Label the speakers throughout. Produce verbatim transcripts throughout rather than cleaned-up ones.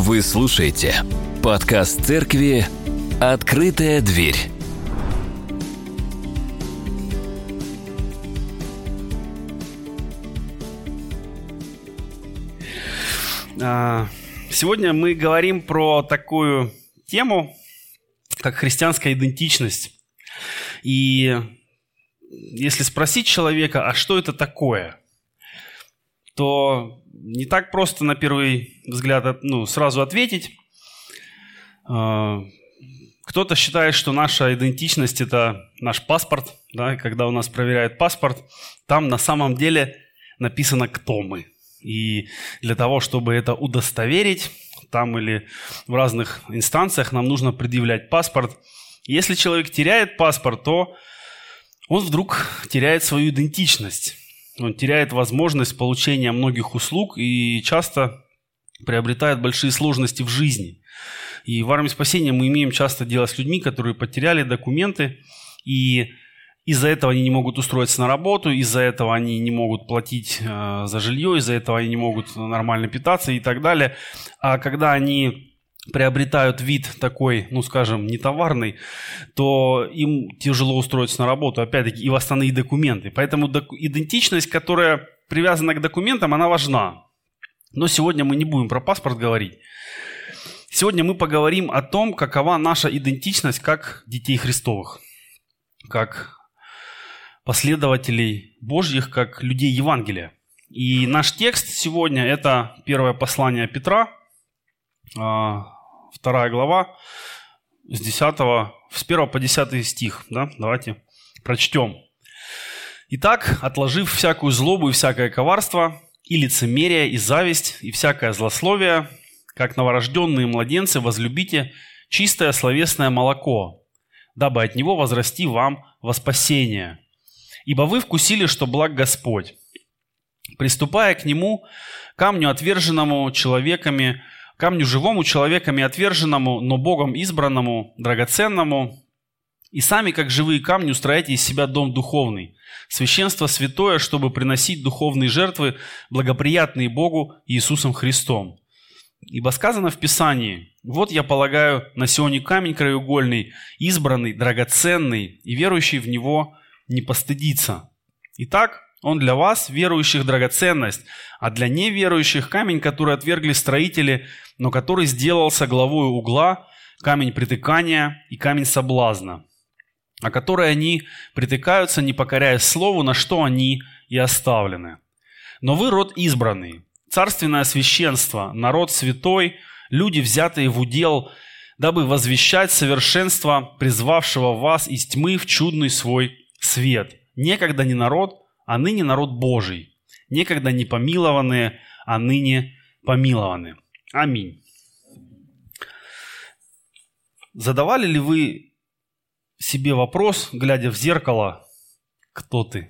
Speaker 1: Вы слушаете подкаст церкви «Открытая дверь».
Speaker 2: Сегодня мы говорим про такую тему, как христианская идентичность. И если спросить человека, а что это такое, то не так просто на первый взгляд ну, сразу ответить. Кто-то считает, что наша идентичность – это наш паспорт. Да? Когда у нас проверяют паспорт, там на самом деле написано, кто мы. И для того, чтобы это удостоверить, там или в разных инстанциях нам нужно предъявлять паспорт. Если человек теряет паспорт, то он вдруг теряет свою идентичность. Он теряет возможность получения многих услуг и часто приобретает большие сложности в жизни. И в армии спасения мы имеем часто дело с людьми, которые потеряли документы, и из-за этого они не могут устроиться на работу, из-за этого они не могут платить э, за жилье, из-за этого они не могут нормально питаться и так далее. А когда они приобретают вид такой, ну скажем, нетоварный, то им тяжело устроиться на работу, опять-таки, и восстановить документы. Поэтому док- идентичность, которая привязана к документам, она важна. Но сегодня мы не будем про паспорт говорить. Сегодня мы поговорим о том, какова наша идентичность как детей Христовых, как последователей Божьих, как людей Евангелия. И наш текст сегодня – это первое послание Петра, вторая глава, с десятого, с первого по десятый стих. Да? Давайте прочтем. «Итак, отложив всякую злобу и всякое коварство, и лицемерие, и зависть, и всякое злословие, как новорожденные младенцы, возлюбите чистое словесное молоко, дабы от него возрасти вам во спасение. Ибо вы вкусили, что благ Господь. Приступая к нему, камню отверженному человеками, камню живому человеками отверженному, но Богом избранному, драгоценному, и сами, как живые камни, устрояйте из себя дом духовный, священство святое, чтобы приносить духовные жертвы, благоприятные Богу Иисусом Христом. Ибо сказано в Писании: вот я полагаю на Сионе камень краеугольный, избранный, драгоценный, и верующий в него не постыдится. Итак, он для вас, верующих, драгоценность, а для неверующих камень, который отвергли строители, но который сделался главою угла, камень притыкания и камень соблазна, о который они притыкаются, не покоряясь слову, на что они и оставлены. Но вы род избранный, царственное священство, народ святой, люди, взятые в удел, дабы возвещать совершенство призвавшего вас из тьмы в чудный свой свет. Некогда не народ, а ныне народ Божий. Некогда не помилованные, а ныне помилованы. Аминь. Задавали ли вы себе вопрос, глядя в зеркало, кто ты?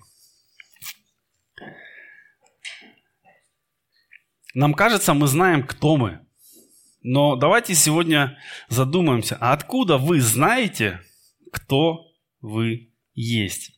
Speaker 2: Нам кажется, мы знаем, кто мы. Но давайте сегодня задумаемся, а откуда вы знаете, кто вы есть?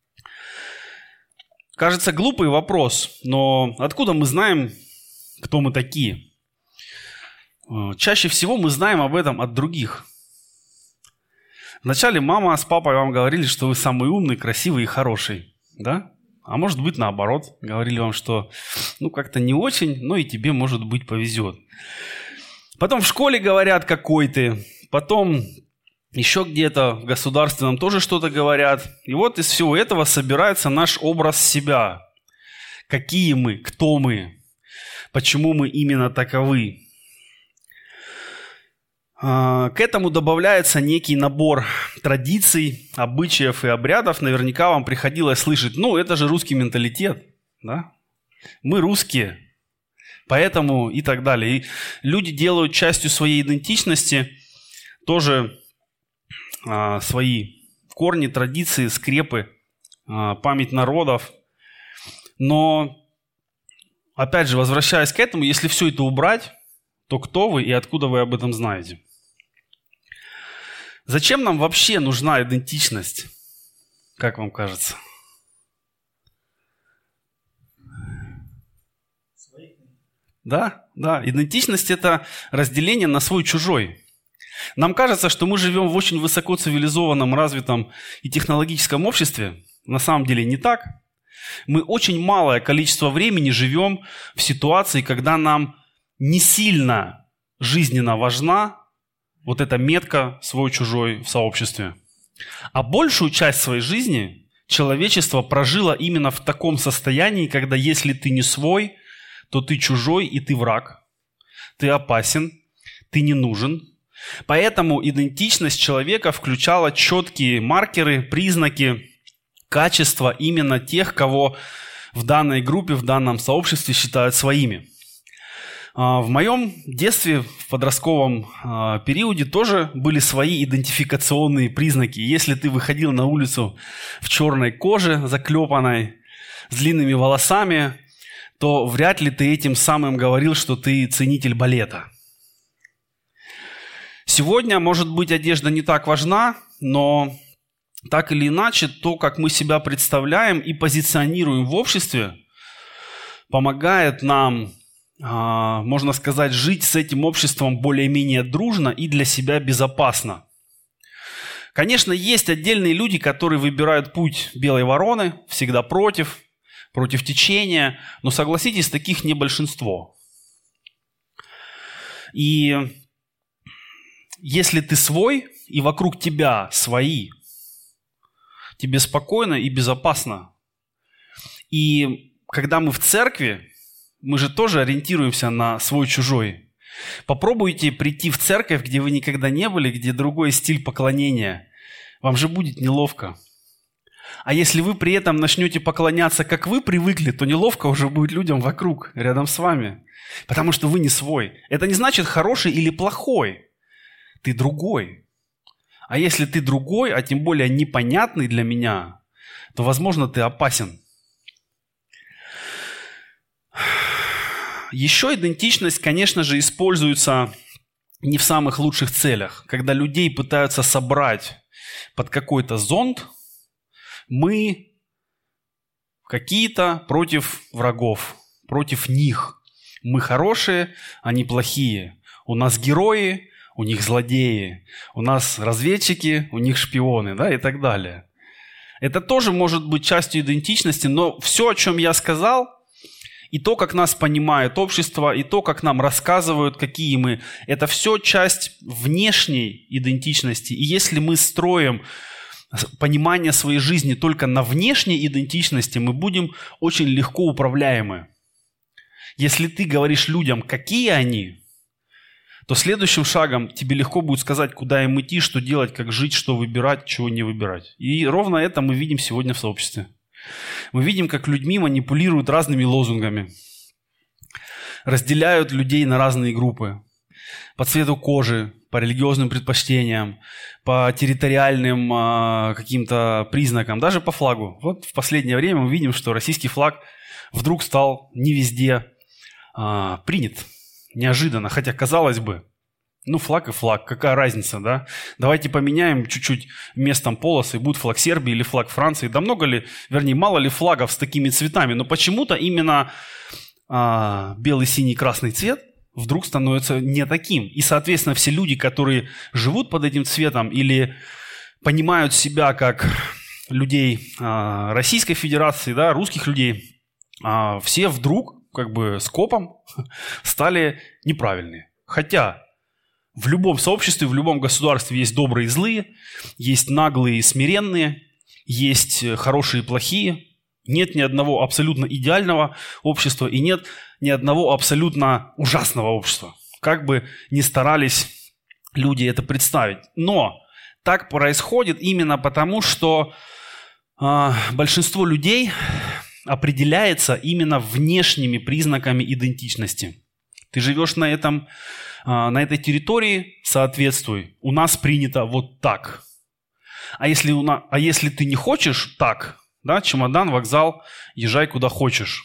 Speaker 2: Кажется, глупый вопрос, но откуда мы знаем, кто мы такие? Чаще всего мы знаем об этом от других. Вначале мама с папой вам говорили, что вы самый умный, красивый и хороший, да? А может быть наоборот, говорили вам, что ну как-то не очень, но и тебе, может быть, повезет. Потом в школе говорят, какой ты, потом еще где-то в государственном тоже что-то говорят. И вот из всего этого собирается наш образ себя. Какие мы, кто мы, почему мы именно таковы. К этому добавляется некий набор традиций, обычаев и обрядов. Наверняка вам приходилось слышать, ну, это же русский менталитет, да? Мы русские, поэтому и так далее. И люди делают частью своей идентичности тоже а, свои корни, традиции, скрепы, а, память народов. Но, опять же, возвращаясь к этому, если все это убрать, то кто вы и откуда вы об этом знаете? Зачем нам вообще нужна идентичность? Как вам кажется? Да, да. Идентичность – это разделение на свой-чужой. Нам кажется, что мы живем в очень высоко цивилизованном, развитом и технологическом обществе. На самом деле не так. Мы очень малое количество времени живем в ситуации, когда нам не сильно жизненно важна вот эта метка свой-чужой в сообществе. А большую часть своей жизни человечество прожило именно в таком состоянии, когда если ты не свой, то ты чужой и ты враг. Ты опасен, ты не нужен. Поэтому идентичность человека включала четкие маркеры, признаки, качества именно тех, кого в данной группе, в данном сообществе считают своими. В моем детстве, в подростковом периоде тоже были свои идентификационные признаки. Если ты выходил на улицу в черной коже, заклепанной, с длинными волосами, то вряд ли ты этим самым говорил, что ты ценитель балета. Сегодня, может быть, одежда не так важна, но так или иначе, то, как мы себя представляем и позиционируем в обществе, помогает нам, можно сказать, жить с этим обществом более-менее дружно и для себя безопасно. Конечно, есть отдельные люди, которые выбирают путь белой вороны, всегда против, против течения, но согласитесь, таких не большинство. И если ты свой, и вокруг тебя свои, тебе спокойно и безопасно. И когда мы в церкви, мы же тоже ориентируемся на свой-чужой. Попробуйте прийти в церковь, где вы никогда не были, где другой стиль поклонения. Вам же будет неловко. А если вы при этом начнете поклоняться, как вы привыкли, то неловко уже будет людям вокруг, рядом с вами. Потому что вы не свой. Это не значит хороший или плохой. Ты другой. А если ты другой, а тем более непонятный для меня, то, возможно, ты опасен. Еще идентичность, конечно же, используется не в самых лучших целях. Когда людей пытаются собрать под какой-то зонт, мы какие-то против врагов, против них. Мы хорошие, они плохие. У нас герои, у них злодеи. У нас разведчики, у них шпионы, да, и так далее. Это тоже может быть частью идентичности, но все, о чем я сказал, и то, как нас понимает общество, и то, как нам рассказывают, какие мы, это все часть внешней идентичности. И если мы строим понимание своей жизни только на внешней идентичности, мы будем очень легко управляемы. Если ты говоришь людям, какие они, то следующим шагом тебе легко будет сказать, куда им идти, что делать, как жить, что выбирать, чего не выбирать. И ровно это мы видим сегодня в сообществе. Мы видим, как людьми манипулируют разными лозунгами, разделяют людей на разные группы по цвету кожи, по религиозным предпочтениям, по территориальным а, каким-то признакам, даже по флагу. Вот в последнее время мы видим, что российский флаг вдруг стал не везде а, принят, неожиданно, хотя казалось бы, ну, флаг и флаг, какая разница, да? Давайте поменяем чуть-чуть местом полосы, будет флаг Сербии или флаг Франции. Да много ли, вернее, мало ли флагов с такими цветами, но почему-то именно а, белый, синий, красный цвет вдруг становится не таким. И, соответственно, все люди, которые живут под этим цветом или понимают себя как людей а, Российской Федерации, да, русских людей, а, все вдруг как бы скопом стали неправильные. Хотя в любом сообществе, в любом государстве есть добрые и злые, есть наглые и смиренные, есть хорошие и плохие. Нет ни одного абсолютно идеального общества и нет ни одного абсолютно ужасного общества. Как бы ни старались люди это представить. Но так происходит именно потому, что э, большинство людей определяется именно внешними признаками идентичности. Ты живешь на этом, на этой территории, соответствуй. У нас принято вот так. А если, у нас, а если ты не хочешь так, да, чемодан, вокзал, езжай куда хочешь.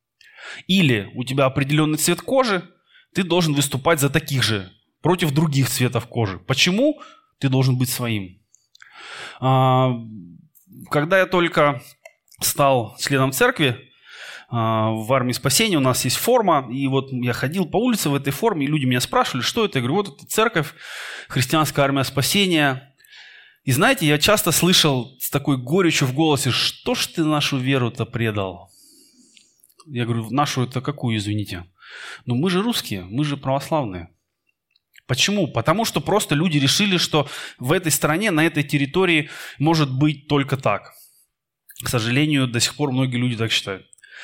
Speaker 2: Или у тебя определенный цвет кожи, ты должен выступать за таких же, против других цветов кожи. Почему? Ты должен быть своим. Когда я только стал членом церкви, в армии спасения у нас есть форма, и вот я ходил по улице в этой форме, и люди меня спрашивали, что это. Я говорю, вот это церковь, христианская армия спасения. И знаете, я часто слышал с такой горечью в голосе, что ж ты нашу веру-то предал? Я говорю, нашу это какую, извините? Ну мы же русские, мы же православные. Почему? Потому что просто люди решили, что в этой стране, на этой территории может быть только так. К сожалению, до сих пор многие люди так считают.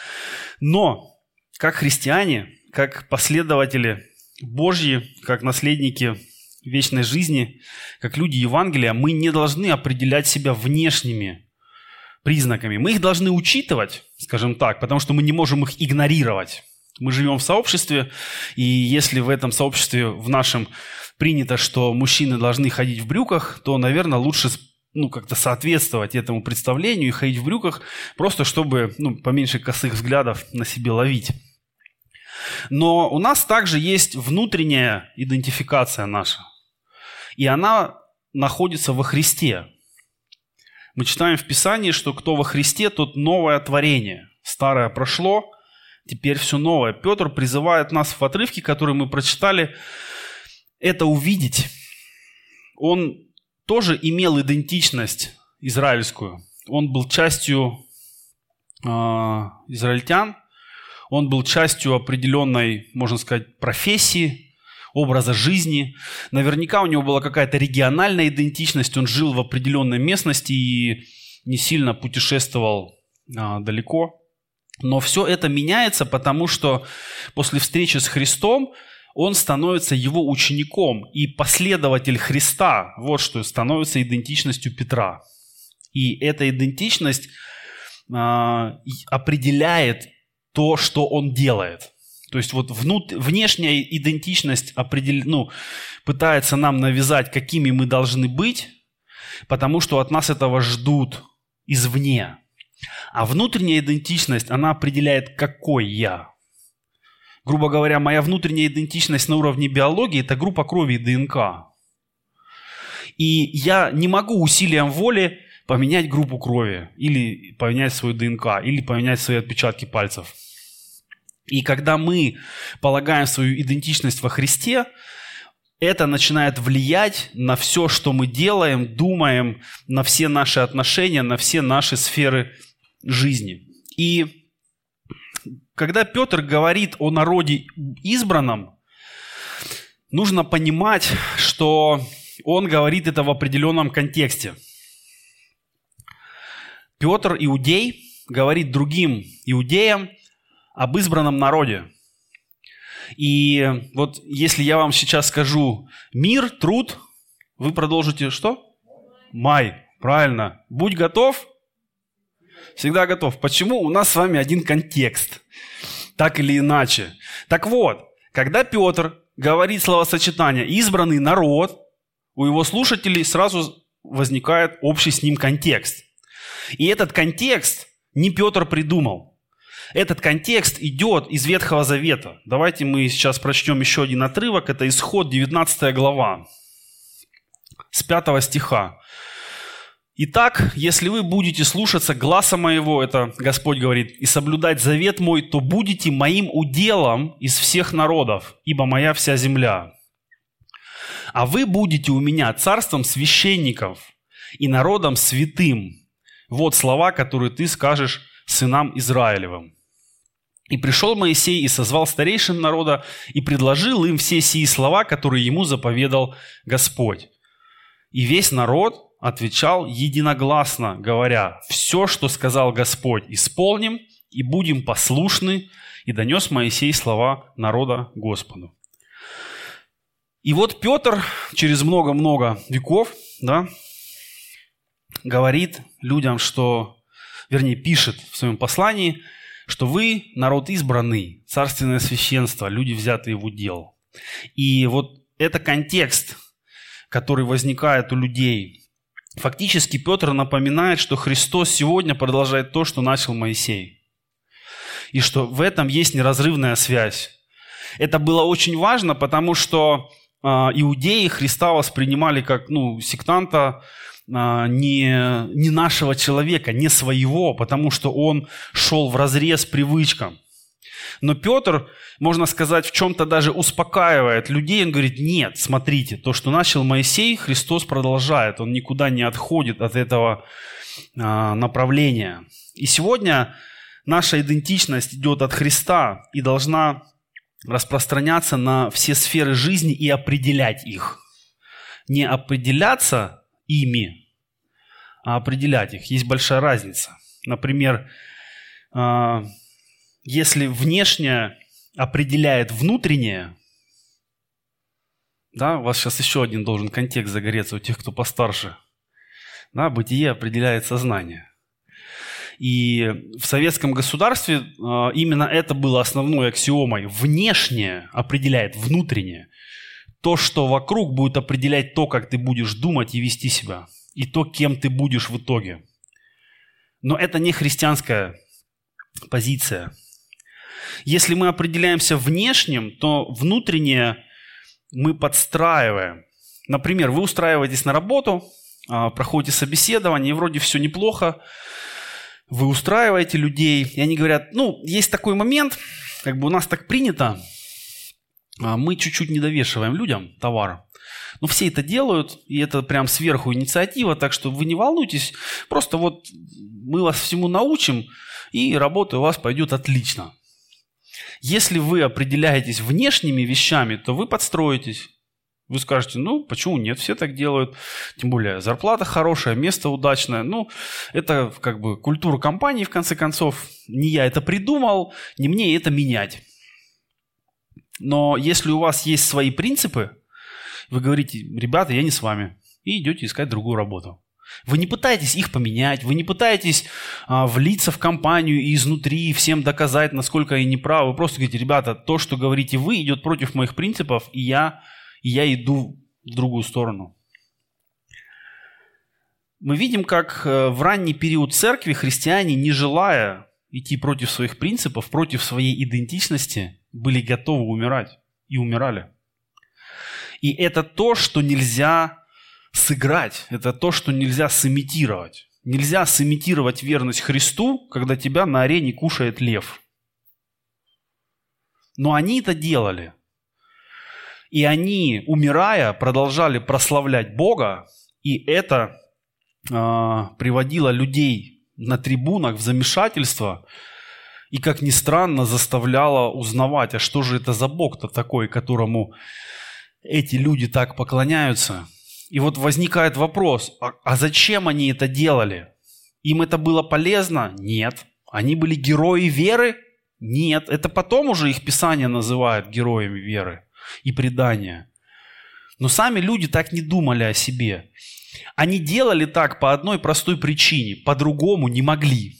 Speaker 2: Но, как христиане, как последователи Божьи, как наследники вечной жизни, как люди Евангелия, мы не должны определять себя внешними признаками. Мы их должны учитывать, скажем так, потому что мы не можем их игнорировать. Мы живем в сообществе, и если в этом сообществе, в нашем, принято, что мужчины должны ходить в брюках, то, наверное, лучше ну, как-то соответствовать этому представлению и ходить в брюках, просто чтобы ну, поменьше косых взглядов на себе ловить. Но у нас также есть внутренняя идентификация наша, и она находится во Христе. Мы читаем в Писании, что кто во Христе, тот новое творение. Старое прошло, теперь все новое. Петр призывает нас в отрывке, который мы прочитали, это увидеть. Он тоже имел идентичность израильскую. Он был частью э, израильтян, он был частью определенной, можно сказать, профессии, образа жизни. Наверняка у него была какая-то региональная идентичность, он жил в определенной местности и не сильно путешествовал э, далеко. Но все это меняется, потому что после встречи с Христом он становится его учеником, и последователь Христа, вот что становится идентичностью Петра. И эта идентичность э, определяет то, что он делает. То есть вот внут, внешняя идентичность определ, ну, пытается нам навязать, какими мы должны быть, потому что от нас этого ждут извне. А внутренняя идентичность, она определяет, какой я. Грубо говоря, моя внутренняя идентичность на уровне биологии – это группа крови и ДНК. И я не могу усилием воли поменять группу крови, или поменять свою ДНК, или поменять свои отпечатки пальцев. И когда мы полагаем свою идентичность во Христе, это начинает влиять на все, что мы делаем, думаем, на все наши отношения, на все наши сферы жизни. И когда Петр говорит о народе избранном, нужно понимать, что он говорит это в определенном контексте. Петр, иудей, говорит другим иудеям об избранном народе. И вот если я вам сейчас скажу «мир», «труд», вы продолжите что? «Май». Правильно. «Будь готов». Всегда готов. Почему? У нас с вами один контекст. Так или иначе. Так вот, когда Петр говорит словосочетание «избранный народ», у его слушателей сразу возникает общий с ним контекст. И этот контекст не Петр придумал. Этот контекст идет из Ветхого Завета. Давайте мы сейчас прочтем еще один отрывок. Это Исход, девятнадцатая глава, с пятого стиха. «Итак, если вы будете слушаться гласа моего, это Господь говорит, и соблюдать завет мой, то будете моим уделом из всех народов, ибо моя вся земля. А вы будете у меня царством священников и народом святым». Вот слова, которые ты скажешь сынам Израилевым. «И пришел Моисей и созвал старейшин народа и предложил им все сии слова, которые ему заповедал Господь. И весь народ отвечал единогласно, говоря: все, что сказал Господь, исполним и будем послушны. И донес Моисей слова народа Господу». И вот Петр через много-много веков, да, говорит людям, что, вернее, пишет в своем послании, что вы народ избранный, царственное священство, люди, взятые в удел. И вот это контекст, который возникает у людей. Фактически Петр напоминает, что Христос сегодня продолжает то, что начал Моисей. И что в этом есть неразрывная связь. Это было очень важно, потому что э, иудеи Христа воспринимали как ну, сектанта, не, не нашего человека, не своего, потому что он шел вразрез привычкам. Но Петр, можно сказать, в чем-то даже успокаивает людей. Он говорит: нет, смотрите, то, что начал Моисей, Христос продолжает. Он никуда не отходит от этого а, направления. И сегодня наша идентичность идет от Христа и должна распространяться на все сферы жизни и определять их. Не определяться ими, а определять их. Есть большая разница. Например, а, если внешнее определяет внутреннее, да, у вас сейчас еще один должен контекст загореться у тех, кто постарше. Да, бытие определяет сознание. И в советском государстве э, именно это было основной аксиомой. Внешнее определяет внутреннее. То, что вокруг, будет определять то, как ты будешь думать и вести себя. И то, кем ты будешь в итоге. Но это не христианская позиция. Если мы определяемся внешним, то внутреннее мы подстраиваем. Например, вы устраиваетесь на работу, проходите собеседование, и вроде все неплохо. Вы устраиваете людей, и они говорят: ну, есть такой момент, как бы у нас так принято, мы чуть-чуть не довешиваем людям товар. Но все это делают, и это прям сверху инициатива, так что вы не волнуйтесь, просто вот мы вас всему научим, и работа у вас пойдет отлично. Если вы определяетесь внешними вещами, то вы подстроитесь. Вы скажете: ну, почему нет, все так делают. Тем более зарплата хорошая, место удачное. Ну, это как бы культура компании, в конце концов. Не я это придумал, не мне это менять. Но если у вас есть свои принципы, вы говорите: ребята, я не с вами. И идете искать другую работу. Вы не пытаетесь их поменять, вы не пытаетесь а, влиться в компанию и изнутри всем доказать, насколько они неправы. Вы просто говорите: ребята, то, что говорите вы, идет против моих принципов, и я, и я иду в другую сторону. Мы видим, как в ранний период церкви христиане, не желая идти против своих принципов, против своей идентичности, были готовы умирать и умирали. И это то, что нельзя сыграть, это то, что нельзя сымитировать. Нельзя сымитировать верность Христу, когда тебя на арене кушает лев. Но они это делали. И они, умирая, продолжали прославлять Бога, и это э, приводило людей на трибунах в замешательство, и, как ни странно, заставляло узнавать: а что же это за Бог-то такой, которому эти люди так поклоняются? И вот возникает вопрос: а, а зачем они это делали? Им это было полезно? Нет. Они были герои веры? Нет. Это потом уже их Писание называют героями веры и предания. Но сами люди так не думали о себе. Они делали так по одной простой причине: по-другому не могли.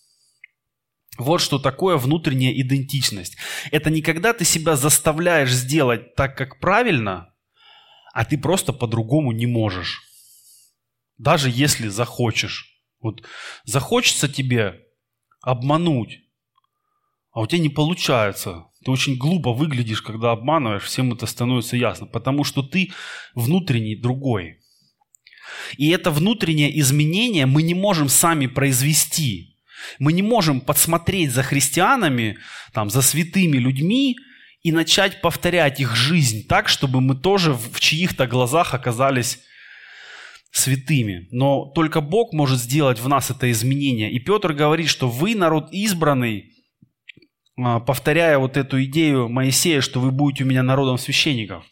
Speaker 2: Вот что такое внутренняя идентичность. Это не когда ты себя заставляешь сделать так, как правильно, а ты просто по-другому не можешь. Даже если захочешь. Вот захочется тебе обмануть, а у тебя не получается. Ты очень глупо выглядишь, когда обманываешь, всем это становится ясно. Потому что ты внутренний другой. И это внутреннее изменение мы не можем сами произвести. Мы не можем подсмотреть за христианами, там, за святыми людьми и начать повторять их жизнь так, чтобы мы тоже в чьих-то глазах оказались святыми. Но только Бог может сделать в нас это изменение. И Петр говорит, что вы народ избранный, повторяя вот эту идею Моисея, что вы будете у меня народом священников.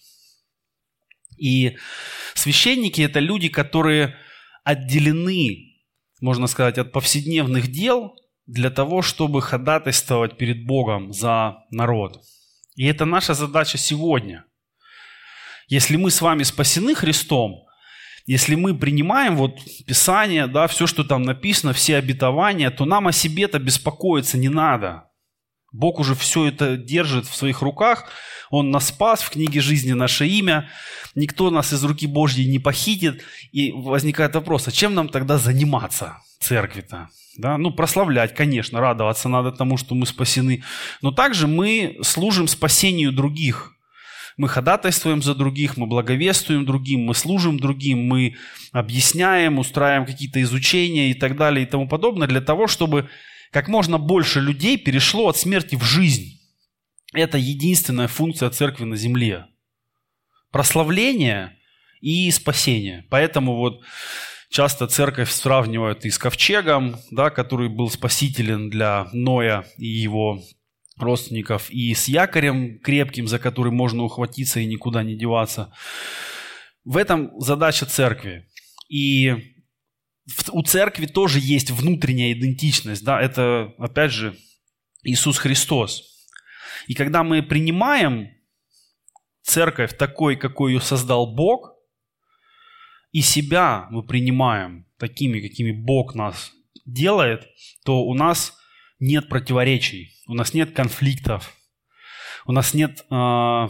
Speaker 2: И священники – это люди, которые отделены, можно сказать, от повседневных дел для того, чтобы ходатайствовать перед Богом за народ. И это наша задача сегодня. Если мы с вами спасены Христом, если мы принимаем вот Писание, да, все, что там написано, все обетования, то нам о себе-то беспокоиться не надо. Бог уже все это держит в своих руках. Он нас спас, в книге жизни наше имя. Никто нас из руки Божьей не похитит. И возникает вопрос: а чем нам тогда заниматься, церкви-то? Да? Ну, прославлять, конечно, радоваться надо тому, что мы спасены. Но также мы служим спасению других. Мы ходатайствуем за других, мы благовествуем другим, мы служим другим, мы объясняем, устраиваем какие-то изучения и так далее и тому подобное для того, чтобы как можно больше людей перешло от смерти в жизнь. Это единственная функция церкви на земле. Прославление и спасение. Поэтому вот часто церковь сравнивают и с ковчегом, да, который был спасителен для Ноя и его родственников, и с якорем крепким, за который можно ухватиться и никуда не деваться. В этом задача церкви. И у церкви тоже есть внутренняя идентичность. Да? Это, опять же, Иисус Христос. И когда мы принимаем церковь такой, какой ее создал Бог, и себя мы принимаем такими, какими Бог нас делает, то у нас нет противоречий, у нас нет конфликтов, у нас нет э,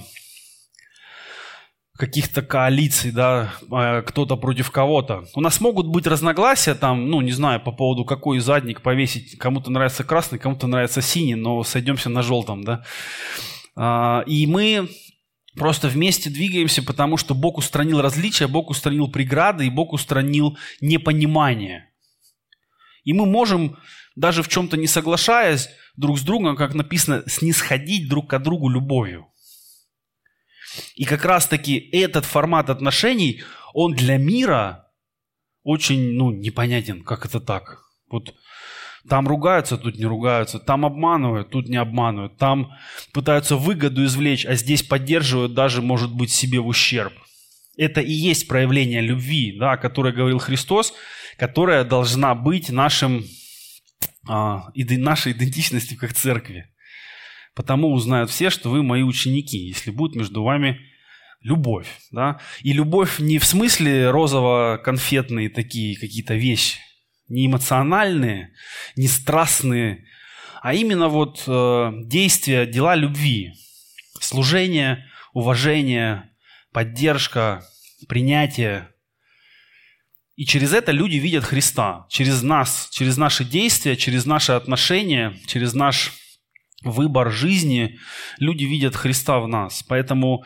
Speaker 2: каких-то коалиций, да, э, кто-то против кого-то. У нас могут быть разногласия, там, ну, не знаю, по поводу какой задник повесить. Кому-то нравится красный, кому-то нравится синий, но сойдемся на желтом, да. Э, и мы просто вместе двигаемся, потому что Бог устранил различия, Бог устранил преграды, и Бог устранил непонимание. И мы можем, даже в чем-то не соглашаясь друг с другом, как написано, снисходить друг к другу любовью. И как раз-таки этот формат отношений, он для мира очень, ну, непонятен, как это так. Вот там ругаются, тут не ругаются, там обманывают, тут не обманывают, там пытаются выгоду извлечь, а здесь поддерживают даже, может быть, себе в ущерб. Это и есть проявление любви, да, о которой говорил Христос, которая должна быть нашим, а, иде, нашей идентичностью как церкви. Потому узнают все, что вы мои ученики, если будет между вами любовь. Да? И любовь не в смысле розово-конфетные такие какие-то вещи, не эмоциональные, не страстные, а именно вот э, действия, дела любви, служение, уважение, поддержка, принятие. И через это люди видят Христа. Через нас, через наши действия, через наши отношения, через наш выбор жизни люди видят Христа в нас. Поэтому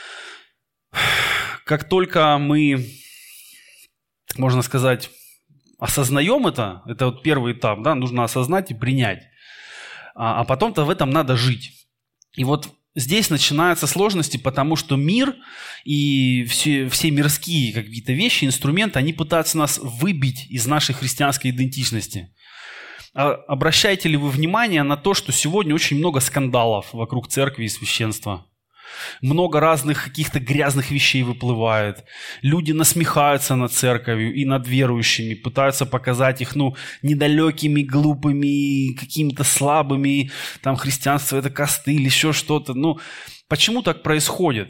Speaker 2: как только мы, можно сказать, осознаем это, это вот первый этап, да, нужно осознать и принять. А, а потом-то в этом надо жить. И вот здесь начинаются сложности, потому что мир и все, все мирские какие-то вещи, инструменты, они пытаются нас выбить из нашей христианской идентичности. А обращаете ли вы внимание на то, что сегодня очень много скандалов вокруг церкви и священства? Много разных каких-то грязных вещей выплывает. Люди насмехаются над церковью и над верующими, пытаются показать их, ну, недалекими, глупыми, какими-то слабыми. Там христианство – это костыль, еще что-то. Ну, почему так происходит?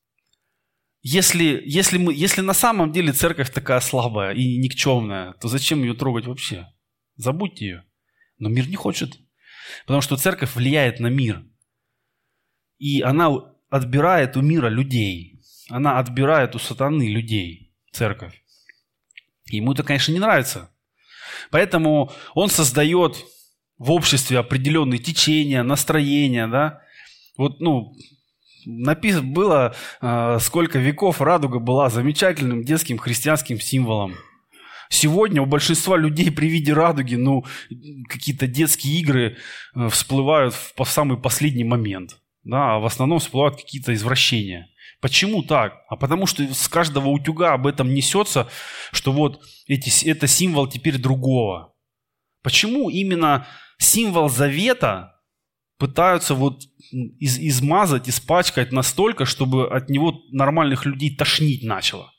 Speaker 2: Если, если, мы, если на самом деле церковь такая слабая и никчемная, то зачем ее трогать вообще? Забудьте ее. Но мир не хочет. Потому что церковь влияет на мир. И она отбирает у мира людей. Она отбирает у сатаны людей, церковь. И ему это, конечно, не нравится. Поэтому он создает в обществе определенные течения, настроения, да. Вот, ну, написано было, э, сколько веков радуга была замечательным детским христианским символом. Сегодня у большинства людей при виде радуги, ну, какие-то детские игры э, всплывают в, в самый последний момент. Да, а в основном всплывают какие-то извращения. Почему так? А потому что с каждого утюга об этом несется, что вот эти, это символ теперь другого. Почему именно символ завета пытаются вот из, измазать, испачкать настолько, чтобы от него нормальных людей тошнить начало?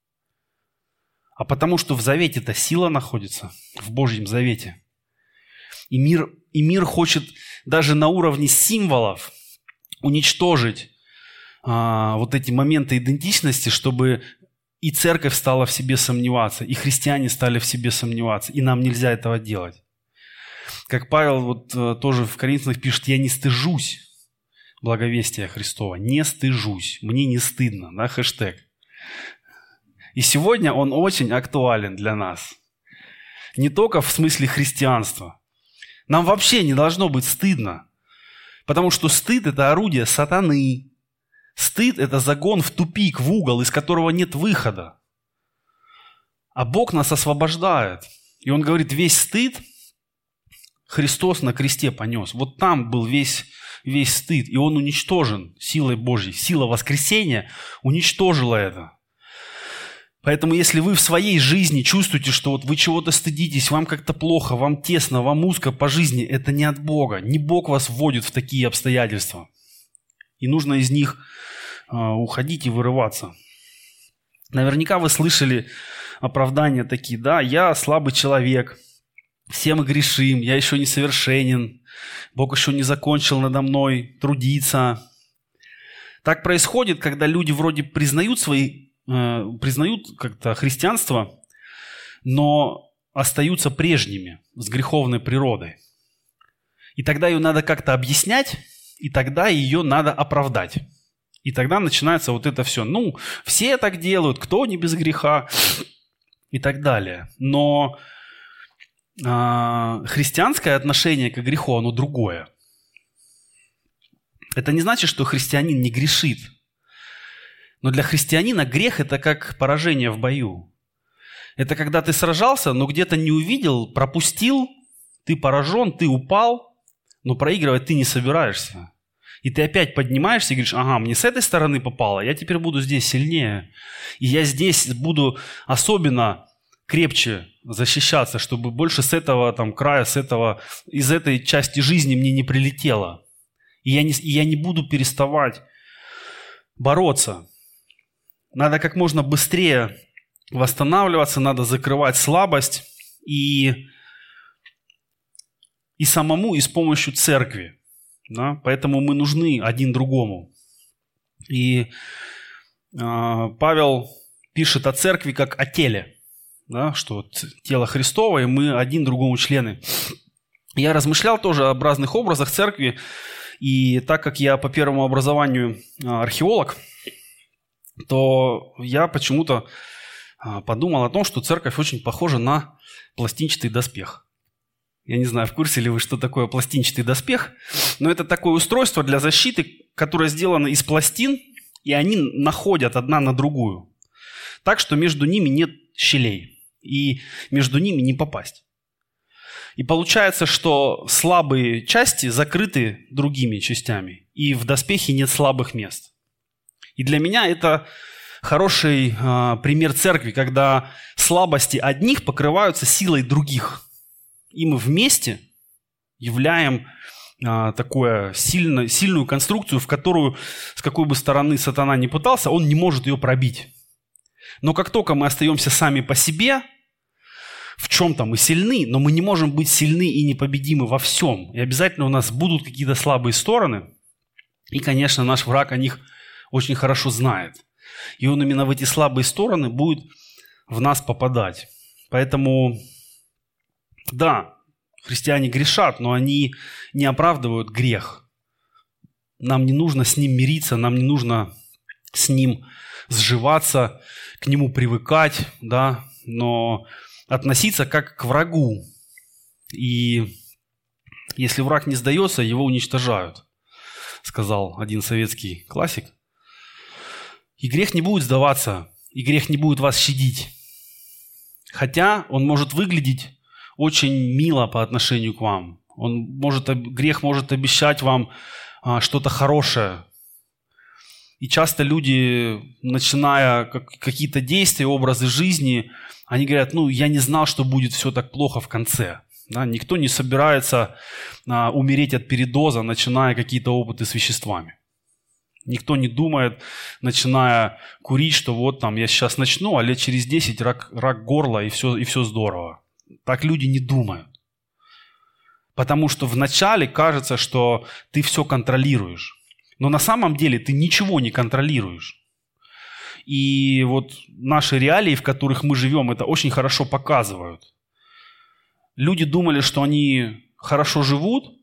Speaker 2: А потому что в завете-то сила находится, в Божьем завете. И мир, и мир хочет даже на уровне символов уничтожить а, вот эти моменты идентичности, чтобы и церковь стала в себе сомневаться, и христиане стали в себе сомневаться, и нам нельзя этого делать. Как Павел вот тоже в Коринфянах пишет: «Я не стыжусь благовестия Христова, не стыжусь, мне не стыдно», да, хэштег. И сегодня он очень актуален для нас. Не только в смысле христианства. Нам вообще не должно быть стыдно. Потому что стыд – это орудие сатаны. Стыд – это загон в тупик, в угол, из которого нет выхода. А Бог нас освобождает. И Он говорит, весь стыд Христос на кресте понес. Вот там был весь, весь стыд, и Он уничтожен силой Божьей. Сила воскресения уничтожила это. Поэтому если вы в своей жизни чувствуете, что вот вы чего-то стыдитесь, вам как-то плохо, вам тесно, вам узко по жизни, это не от Бога. Не Бог вас вводит в такие обстоятельства. И нужно из них э, уходить и вырываться. Наверняка вы слышали оправдания такие, да, я слабый человек, все мы грешим, я еще не совершенен, Бог еще не закончил надо мной трудиться. Так происходит, когда люди вроде признают свои признают как-то христианство, но остаются прежними, с греховной природой. И тогда ее надо как-то объяснять, и тогда ее надо оправдать. И тогда начинается вот это все. Ну, все так делают, кто не без греха, и так далее. Но э, христианское отношение к греху, оно другое. Это не значит, что христианин не грешит. Но для христианина грех – это как поражение в бою. Это когда ты сражался, но где-то не увидел, пропустил, ты поражен, ты упал, но проигрывать ты не собираешься. И ты опять поднимаешься и говоришь, ага, мне с этой стороны попало, я теперь буду здесь сильнее. И я здесь буду особенно крепче защищаться, чтобы больше с этого там, края, с этого, из этой части жизни мне не прилетело. И я не, и я не буду переставать бороться. Надо как можно быстрее восстанавливаться, надо закрывать слабость и, и самому, и с помощью церкви. Да? Поэтому мы нужны один другому. И э, Павел пишет о церкви как о теле, да? Что тело Христово, и мы один другому члены. Я размышлял тоже об разных образах церкви, и так как я по первому образованию археолог, то я почему-то подумал о том, что церковь очень похожа на пластинчатый доспех. Я не знаю, в курсе ли вы, что такое пластинчатый доспех, но это такое устройство для защиты, которое сделано из пластин, и они находят одна на другую. Так, что между ними нет щелей, и между ними не попасть. И получается, что слабые части закрыты другими частями, и в доспехе нет слабых мест. И для меня это хороший э, пример церкви, когда слабости одних покрываются силой других. И мы вместе являем э, такую сильно, сильную конструкцию, в которую, с какой бы стороны сатана ни пытался, он не может ее пробить. Но как только мы остаемся сами по себе, в чем-то мы сильны, но мы не можем быть сильны и непобедимы во всем. И обязательно у нас будут какие-то слабые стороны. И, конечно, наш враг о них очень хорошо знает. И он именно в эти слабые стороны будет в нас попадать. Поэтому, да, христиане грешат, но они не оправдывают грех. Нам не нужно с ним мириться, нам не нужно с ним сживаться, к нему привыкать, да, но относиться как к врагу. И если враг не сдается, его уничтожают, сказал один советский классик. И грех не будет сдаваться, и грех не будет вас щадить. Хотя он может выглядеть очень мило по отношению к вам. Он может, грех может обещать вам а, что-то хорошее. И часто люди, начиная как, какие-то действия, образы жизни, они говорят, ну, я не знал, что будет все так плохо в конце. Да? Никто не собирается а, умереть от передоза, начиная какие-то опыты с веществами. Никто не думает, начиная курить, что вот там я сейчас начну, а лет через десять рак, рак горла и все, и все здорово. Так люди не думают. Потому что вначале кажется, что ты все контролируешь. Но на самом деле ты ничего не контролируешь. И вот наши реалии, в которых мы живем, это очень хорошо показывают. Люди думали, что они хорошо живут,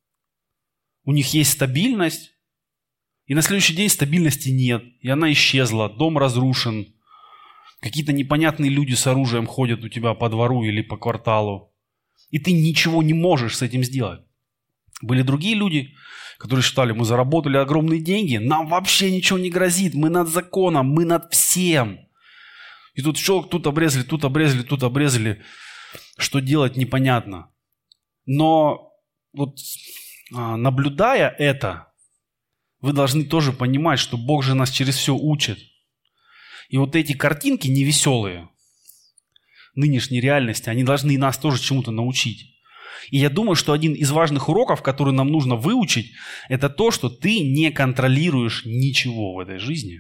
Speaker 2: у них есть стабильность, и на следующий день стабильности нет, и она исчезла, дом разрушен, какие-то непонятные люди с оружием ходят у тебя по двору или по кварталу, и ты ничего не можешь с этим сделать. Были другие люди, которые считали, мы заработали огромные деньги, нам вообще ничего не грозит, мы над законом, мы над всем. И тут щелк, тут обрезали, тут обрезали, тут обрезали. Что делать, непонятно. Но вот наблюдая это, вы должны тоже понимать, что Бог же нас через все учит. И вот эти картинки невеселые нынешней реальности, они должны нас тоже чему-то научить. И я думаю, что один из важных уроков, который нам нужно выучить, это то, что ты не контролируешь ничего в этой жизни.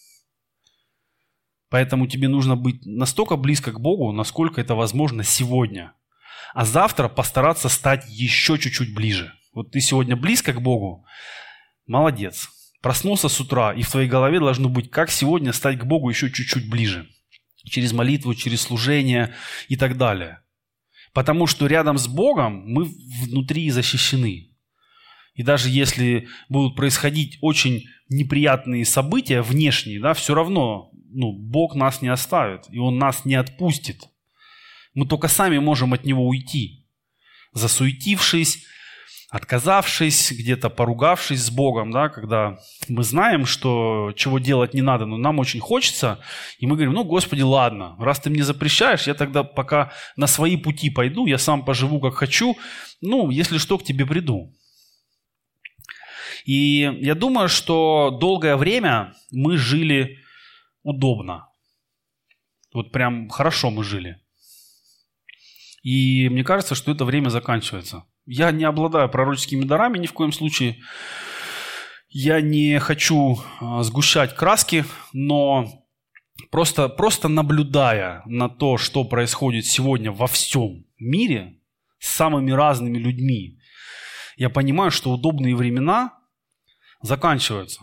Speaker 2: Поэтому тебе нужно быть настолько близко к Богу, насколько это возможно сегодня. А завтра постараться стать еще чуть-чуть ближе. Вот ты сегодня близко к Богу, молодец. Проснулся с утра, и в твоей голове должно быть, как сегодня стать к Богу еще чуть-чуть ближе. Через молитву, через служение и так далее. Потому что рядом с Богом мы внутри защищены. И даже если будут происходить очень неприятные события внешние, да, все равно ну, Бог нас не оставит, и Он нас не отпустит. Мы только сами можем от Него уйти, засуетившись, отказавшись, где-то поругавшись с Богом, да, когда мы знаем, что чего делать не надо, но нам очень хочется, и мы говорим, ну, Господи, ладно, раз Ты мне запрещаешь, я тогда пока на свои пути пойду, я сам поживу, как хочу, ну, если что, к Тебе приду. И я думаю, что долгое время мы жили удобно. Вот прям хорошо мы жили. И мне кажется, что это время заканчивается. Я не обладаю пророческими дарами ни в коем случае. Я не хочу сгущать краски, но просто, просто наблюдая на то, что происходит сегодня во всем мире с самыми разными людьми, я понимаю, что удобные времена заканчиваются.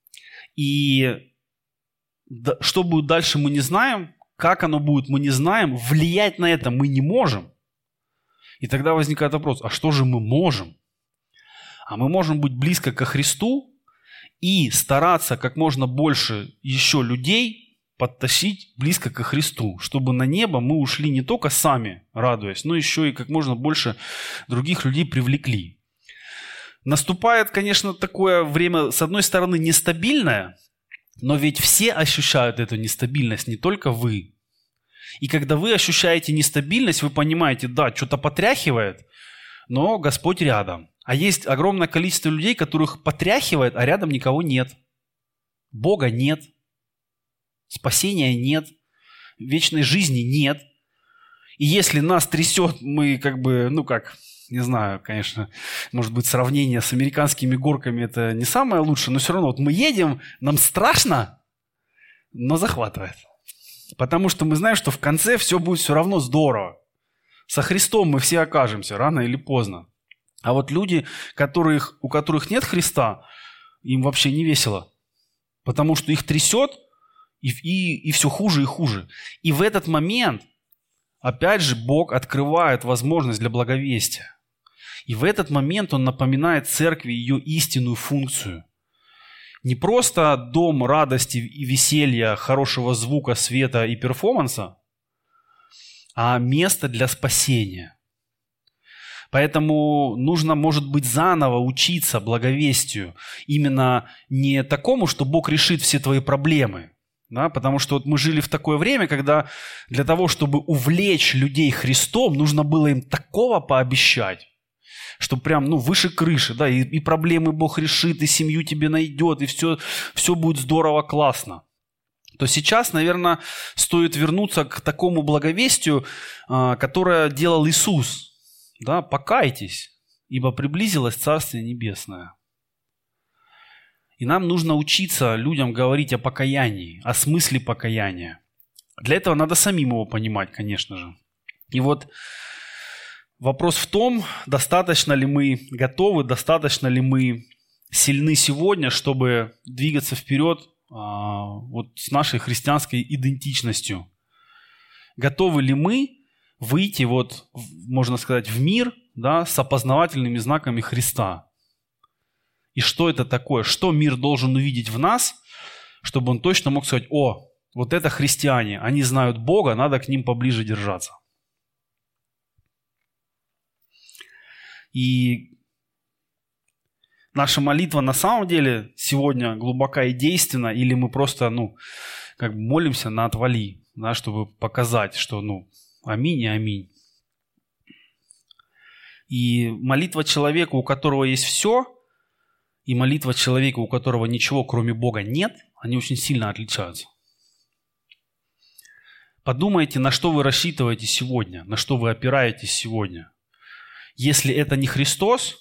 Speaker 2: И что будет дальше, мы не знаем. Как оно будет, мы не знаем. Влиять на это мы не можем. И тогда возникает вопрос, а что же мы можем? А мы можем быть близко ко Христу и стараться как можно больше еще людей подтащить близко ко Христу, чтобы на небо мы ушли не только сами, радуясь, но еще и как можно больше других людей привлекли. Наступает, конечно, такое время, с одной стороны, нестабильное, но ведь все ощущают эту нестабильность, не только вы. И когда вы ощущаете нестабильность, вы понимаете, да, что-то потряхивает, но Господь рядом. А есть огромное количество людей, которых потряхивает, а рядом никого нет. Бога нет, спасения нет, вечной жизни нет. И если нас трясет, мы как бы, ну как... Не знаю, конечно, может быть, сравнение с американскими горками это не самое лучшее, но все равно вот мы едем, нам страшно, но захватывает. Потому что мы знаем, что в конце все будет все равно здорово. Со Христом мы все окажемся рано или поздно. А вот люди, которых, у которых нет Христа, им вообще не весело. Потому что их трясет, и, и, и все хуже и хуже. И в этот момент, опять же, Бог открывает возможность для благовестия. И в этот момент Он напоминает церкви ее истинную функцию. Не просто дом радости и веселья, хорошего звука, света и перформанса, а место для спасения. Поэтому нужно, может быть, заново учиться благовестию. Именно не такому, что Бог решит все твои проблемы. Да? Потому что вот мы жили в такое время, когда для того, чтобы увлечь людей Христом, нужно было им такого пообещать, что прям, ну, выше крыши, да, и, и проблемы Бог решит, и семью тебе найдет, и все, все будет здорово, классно. То сейчас, наверное, стоит вернуться к такому благовестию, которое делал Иисус. Да, покайтесь, ибо приблизилось Царствие Небесное. И нам нужно учиться людям говорить о покаянии, о смысле покаяния. Для этого надо самим его понимать, конечно же. И вот вопрос в том, достаточно ли мы готовы, достаточно ли мы сильны сегодня, чтобы двигаться вперед а, вот с нашей христианской идентичностью. Готовы ли мы выйти, вот, можно сказать, в мир, да, с опознавательными знаками Христа? И что это такое? Что мир должен увидеть в нас, чтобы он точно мог сказать: о, вот это христиане, они знают Бога, надо к ним поближе держаться. И наша молитва на самом деле сегодня глубока и действенна, или мы просто, ну, как бы молимся на отвали, да, чтобы показать, что, ну, аминь и аминь. И молитва человека, у которого есть все, и молитва человека, у которого ничего, кроме Бога, нет, они очень сильно отличаются. Подумайте, на что вы рассчитываете сегодня, на что вы опираетесь сегодня. Если это не Христос,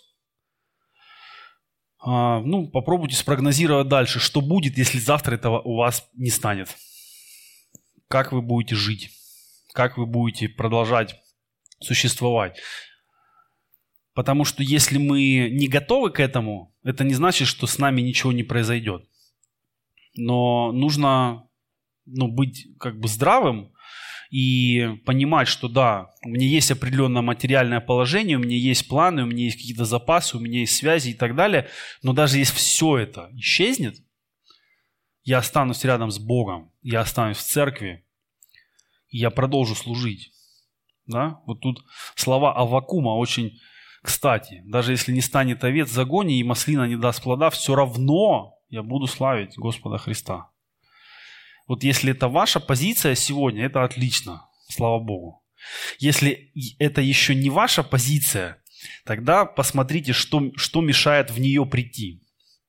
Speaker 2: ну, попробуйте спрогнозировать дальше, что будет, если завтра этого у вас не станет. Как вы будете жить, как вы будете продолжать существовать. Потому что если мы не готовы к этому, это не значит, что с нами ничего не произойдет. Но нужно, ну, быть как бы здравым и понимать, что да, у меня есть определенное материальное положение, у меня есть планы, у меня есть какие-то запасы, у меня есть связи и так далее. Но даже если все это исчезнет, я останусь рядом с Богом, я останусь в церкви, и я продолжу служить. Да? Вот тут слова Аввакума очень кстати. Даже если не станет овец в загоне и маслина не даст плода, все равно я буду славить Господа Христа. Вот если это ваша позиция сегодня, это отлично, слава Богу. Если это еще не ваша позиция, тогда посмотрите, что, что мешает в нее прийти.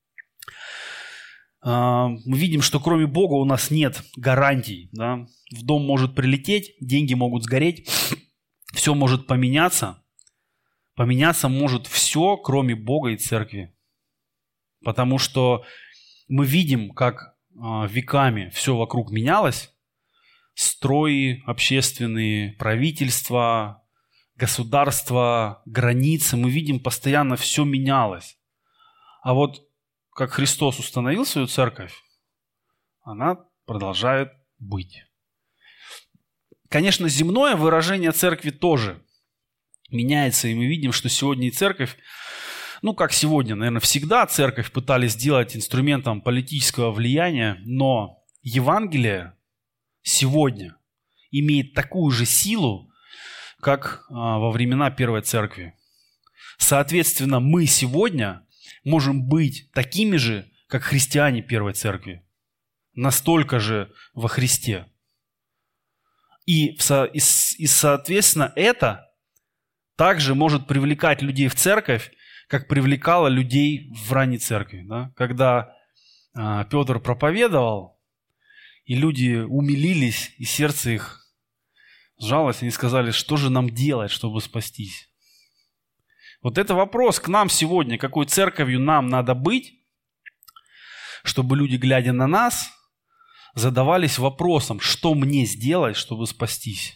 Speaker 2: Мы видим, что кроме Бога у нас нет гарантий. Да? В дом может прилететь, деньги могут сгореть, все может поменяться. Поменяться может все, кроме Бога и церкви. Потому что мы видим, как веками все вокруг менялось. Строи общественные, правительства, государства, границы. Мы видим, постоянно все менялось. А вот как Христос установил свою церковь, она продолжает быть. Конечно, земное выражение церкви тоже меняется, и мы видим, что сегодня и церковь, ну как сегодня, наверное, всегда церковь пытались сделать инструментом политического влияния, но Евангелие сегодня имеет такую же силу, как а, во времена Первой Церкви. Соответственно, мы сегодня можем быть такими же, как христиане Первой Церкви, настолько же во Христе. И, и, и соответственно, это также может привлекать людей в церковь, как привлекало людей в ранней церкви. Да? Когда а, Петр проповедовал, и люди умилились, и сердце их сжалось, они сказали, что же нам делать, чтобы спастись? Вот это вопрос к нам сегодня, какой церковью нам надо быть, чтобы люди, глядя на нас, задавались вопросом, что мне сделать, чтобы спастись?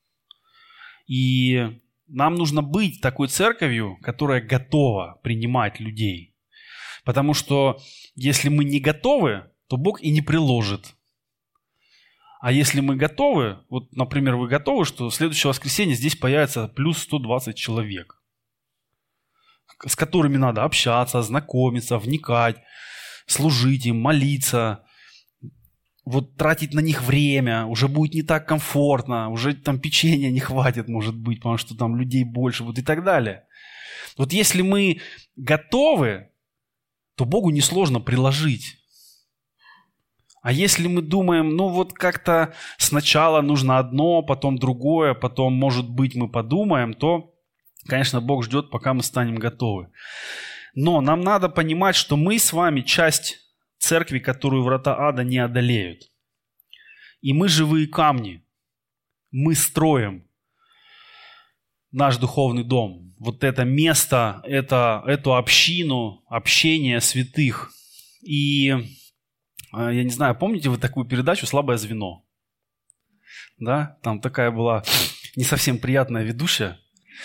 Speaker 2: И нам нужно быть такой церковью, которая готова принимать людей. Потому что если мы не готовы, то Бог и не приложит. А если мы готовы, вот, например, вы готовы, что в следующее воскресенье здесь появится плюс сто двадцать человек, с которыми надо общаться, знакомиться, вникать, служить им, молиться, вот тратить на них время, уже будет не так комфортно, уже там печенья не хватит, может быть, потому что там людей больше, вот и так далее. Вот если мы готовы, то Богу несложно приложить. А если мы думаем, ну вот как-то сначала нужно одно, потом другое, потом, может быть, мы подумаем, то, конечно, Бог ждет, пока мы станем готовы. Но нам надо понимать, что мы с вами часть церкви, которую врата ада не одолеют. И мы живые камни. Мы строим наш духовный дом. Вот это место, это, эту общину, общение святых. И я не знаю, помните вы такую передачу «Слабое звено»? Да? Там такая была не совсем приятная ведущая,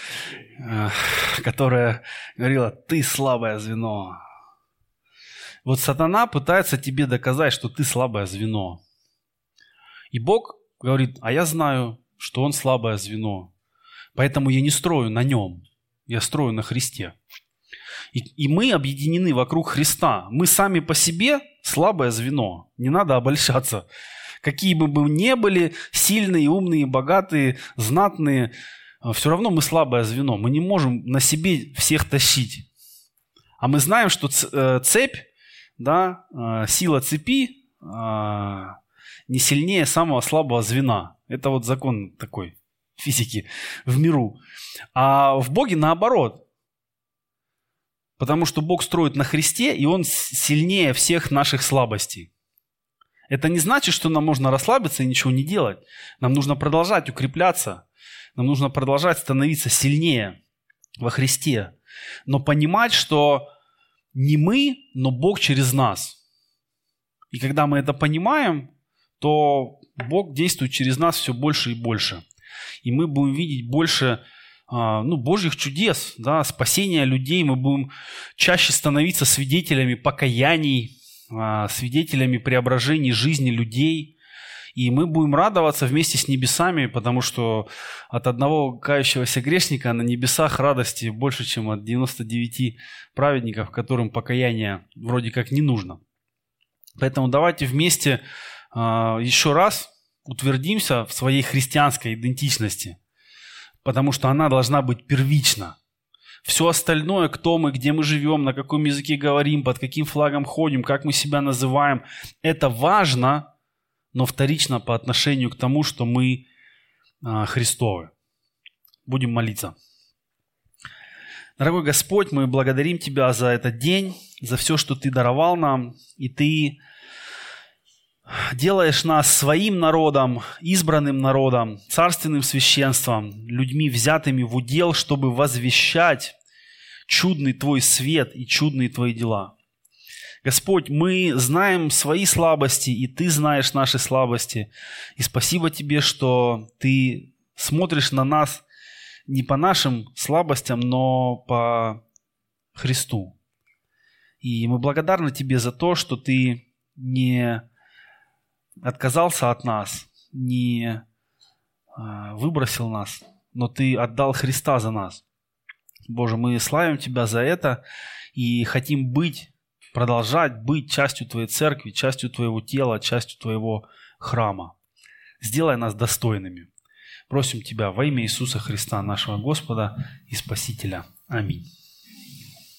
Speaker 2: которая говорила: «Ты слабое звено». Вот сатана пытается тебе доказать, что ты слабое звено. И Бог говорит: а я знаю, что он слабое звено, поэтому я не строю на нем, я строю на Христе. И, и мы объединены вокруг Христа. Мы сами по себе слабое звено. Не надо обольщаться. Какие бы мы ни были, сильные, умные, богатые, знатные, все равно мы слабое звено. Мы не можем на себе всех тащить. А мы знаем, что цепь, да, сила цепи не сильнее самого слабого звена. Это вот закон такой физики в миру. А в Боге наоборот. Потому что Бог строит на Христе, и Он сильнее всех наших слабостей. Это не значит, что нам можно расслабиться и ничего не делать. Нам нужно продолжать укрепляться. Нам нужно продолжать становиться сильнее во Христе. Но понимать, что не мы, но Бог через нас. И когда мы это понимаем, то Бог действует через нас все больше и больше. И мы будем видеть больше ну, Божьих чудес, да, спасения людей. Мы будем чаще становиться свидетелями покаяний, свидетелями преображений жизни людей. И мы будем радоваться вместе с небесами, потому что от одного кающегося грешника на небесах радости больше, чем от девяноста девяти праведников, которым покаяние вроде как не нужно. Поэтому давайте вместе э, еще раз утвердимся в своей христианской идентичности, потому что она должна быть первична. Все остальное, кто мы, где мы живем, на каком языке говорим, под каким флагом ходим, как мы себя называем, это важно, но вторично по отношению к тому, что мы а, Христовы. Будем молиться. Дорогой Господь, мы благодарим Тебя за этот день, за все, что Ты даровал нам, и Ты делаешь нас своим народом, избранным народом, царственным священством, людьми, взятыми в удел, чтобы возвещать чудный Твой свет и чудные Твои дела. Господь, мы знаем свои слабости, и Ты знаешь наши слабости. И спасибо Тебе, что Ты смотришь на нас не по нашим слабостям, но по Христу. И мы благодарны Тебе за то, что Ты не отказался от нас, не выбросил нас, но Ты отдал Христа за нас. Боже, мы славим Тебя за это и хотим быть продолжать быть частью Твоей церкви, частью Твоего тела, частью Твоего храма. Сделай нас достойными. Просим Тебя во имя Иисуса Христа, нашего Господа и Спасителя. Аминь.